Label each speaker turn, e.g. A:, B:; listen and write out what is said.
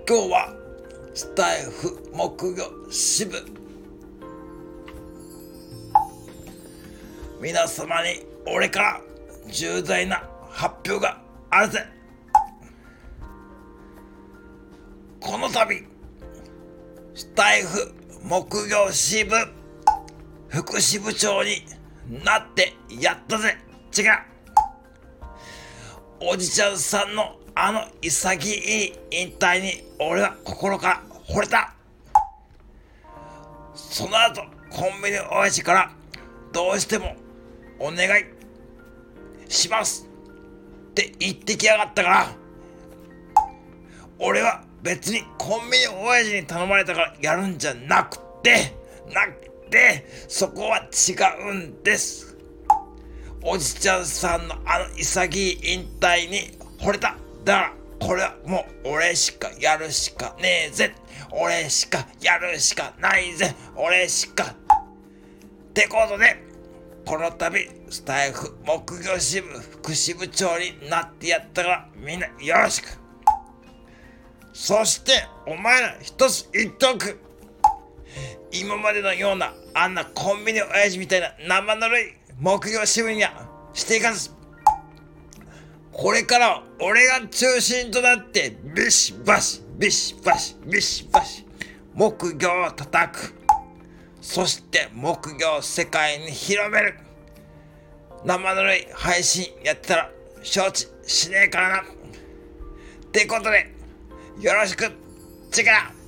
A: 今日はスタイフ木魚支部、皆様に俺から重大な発表があるぜ。この度スタイフ木魚支部副支部長になってやったぜ。違う、おじちゃんさんのあの潔い引退に俺は心から惚れた。その後コンビニ親父からどうしてもお願いしますって言ってきやがったから、俺は別にコンビニ親父に頼まれたからやるんじゃなくてそこは違うんです。おじちゃんさんのあの潔い引退に惚れた。だからこれはもう俺しかやるしかねえぜ。俺しかやるしかないぜ。俺しかってことで、この度スタイフ木魚支部副支部長になってやったからみんなよろしく。そしてお前ら一つ言っとく。今までのようなあんなコンビニ親父みたいな生ぬるい木魚支部にはしていかず、これからは俺が中心となってビシバシ木魚を叩く。そして木魚を世界に広める。生ぬるい配信やってたら承知しねえからな。ってことでよろしく。チェケラ。